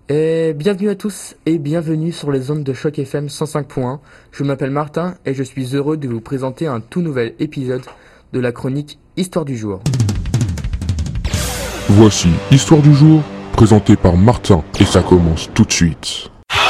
Et bienvenue à tous et bienvenue sur les ondes de Choc FM 105.1. Je m'appelle Martin et je suis heureux de vous présenter un tout nouvel épisode de la chronique Histoire du jour. Voici Histoire du jour, présentée par Martin, et ça commence tout de suite.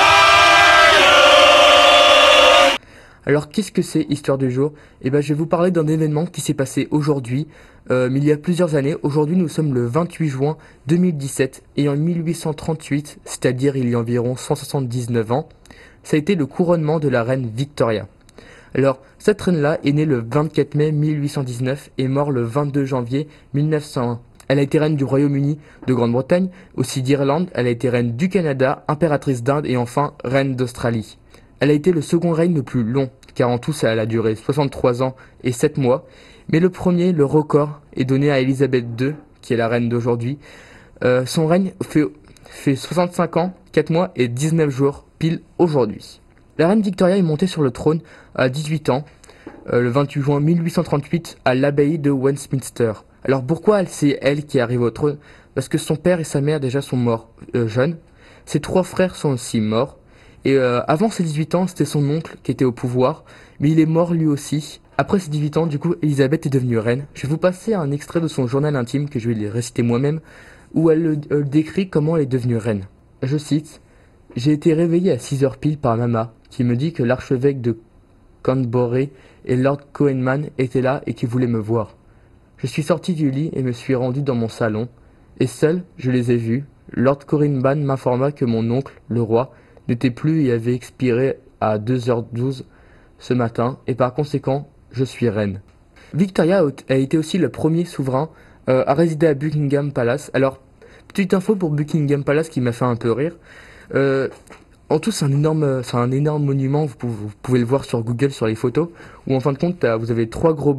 Alors qu'est-ce que c'est Histoire du jour ? Je vais vous parler d'un événement qui s'est passé aujourd'hui, mais il y a plusieurs années. Aujourd'hui nous sommes le 28 juin 2017 et en 1838, c'est-à-dire il y a environ 179 ans, ça a été le couronnement de la reine Victoria. Alors cette reine-là est née le 24 mai 1819 et morte le 22 janvier 1901. Elle a été reine du Royaume-Uni, de Grande-Bretagne, aussi d'Irlande, elle a été reine du Canada, impératrice d'Inde et enfin reine d'Australie. Elle a été le second règne le plus long, car en tout elle a duré 63 ans et 7 mois. Mais le premier, le record, est donné à Elisabeth II, qui est la reine d'aujourd'hui. Son règne fait 65 ans, 4 mois et 19 jours, pile aujourd'hui. La reine Victoria est montée sur le trône à 18 ans, le 28 juin 1838, à l'abbaye de Westminster. Alors pourquoi c'est elle qui arrive au trône ? Parce que son père et sa mère déjà sont morts jeunes. Ses 3 frères sont aussi morts. Et avant ses 18 ans, c'était son oncle qui était au pouvoir, mais il est mort lui aussi. Après ses 18 ans, du coup, Elisabeth est devenue reine. Je vais vous passer un extrait de son journal intime, que je vais réciter moi-même, où elle décrit comment elle est devenue reine. Je cite : « J'ai été réveillée à 6 heures pile par Mama, qui me dit que l'archevêque de Canterbury et Lord Cohenman étaient là et qui voulaient me voir. Je suis sortie du lit et me suis rendue dans mon salon, et seul, je les ai vus. Lord Cohenman m'informa que mon oncle, le roi, n'était plus et avait expiré à 2h12 ce matin, et par conséquent, je suis reine. » Victoria a été aussi le premier souverain à résider à Buckingham Palace. Alors, petite info pour Buckingham Palace qui m'a fait un peu rire. En tout, c'est un énorme monument, vous pouvez le voir sur Google, sur les photos, où en fin de compte, vous avez 3 gros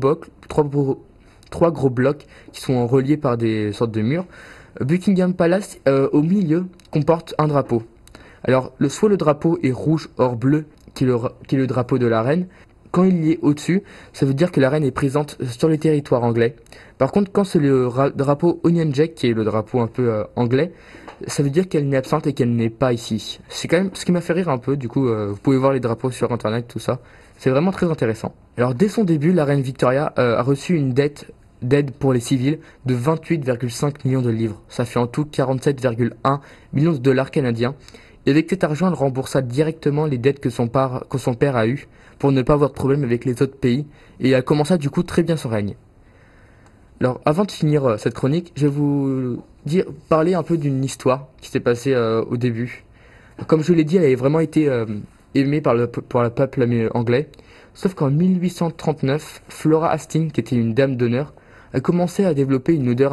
blocs qui sont reliés par des sortes de murs. Buckingham Palace, au milieu, comporte un drapeau. Alors, soit le drapeau est rouge or bleu, qui est le drapeau de la reine. Quand il y est au-dessus, ça veut dire que la reine est présente sur les territoires anglais. Par contre, quand c'est le drapeau Union Jack, qui est le drapeau un peu anglais, ça veut dire qu'elle n'est absente et qu'elle n'est pas ici. C'est quand même ce qui m'a fait rire un peu, du coup, vous pouvez voir les drapeaux sur internet, tout ça. C'est vraiment très intéressant. Alors, dès son début, la reine Victoria a reçu une d'aide pour les civils de 28,5 millions de livres. Ça fait en tout 47,1 millions de dollars canadiens. Et avec cet argent, elle remboursa directement les dettes que son père a eues pour ne pas avoir de problème avec les autres pays. Et elle commença du coup très bien son règne. Alors, avant de finir cette chronique, je vais vous parler un peu d'une histoire qui s'est passée au début. Comme je l'ai dit, elle avait vraiment été aimée par le peuple anglais. Sauf qu'en 1839, Flora Hastings, qui était une dame d'honneur, a commencé à développer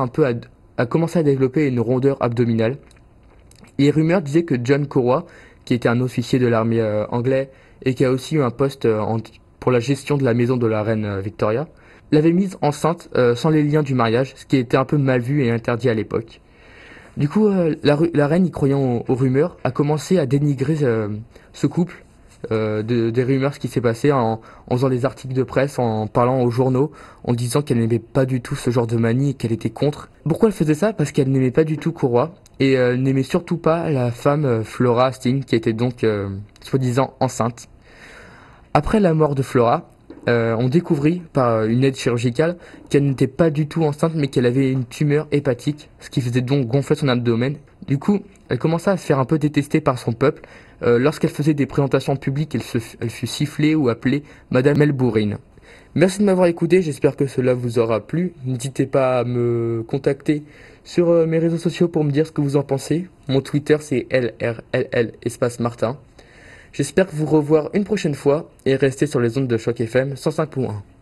une rondeur abdominale. Les rumeurs disaient que John Corroy, qui était un officier de l'armée anglais et qui a aussi eu un poste pour la gestion de la maison de la reine Victoria, l'avait mise enceinte sans les liens du mariage, ce qui était un peu mal vu et interdit à l'époque. Du coup, la reine, y croyant aux rumeurs, a commencé à dénigrer ce couple, des rumeurs, ce qui s'est passé en faisant des articles de presse, en parlant aux journaux, en disant qu'elle n'aimait pas du tout ce genre de manie et qu'elle était contre. Pourquoi elle faisait ça ? Parce qu'elle n'aimait pas du tout Corroy et elle n'aimait surtout pas la femme Flora Hastings, qui était donc soi-disant enceinte. Après la mort de Flora, on découvrit par une aide chirurgicale qu'elle n'était pas du tout enceinte mais qu'elle avait une tumeur hépatique, ce qui faisait donc gonfler son abdomen. Du coup, elle commença à se faire un peu détester par son peuple. Lorsqu'elle faisait des présentations publiques, elle fut sifflée ou appelée Madame Melbourne. Merci de m'avoir écouté, j'espère que cela vous aura plu. N'hésitez pas à me contacter sur mes réseaux sociaux pour me dire ce que vous en pensez. Mon Twitter c'est LRLL espace Martin. J'espère vous revoir une prochaine fois et rester sur les ondes de Choc FM 105.1.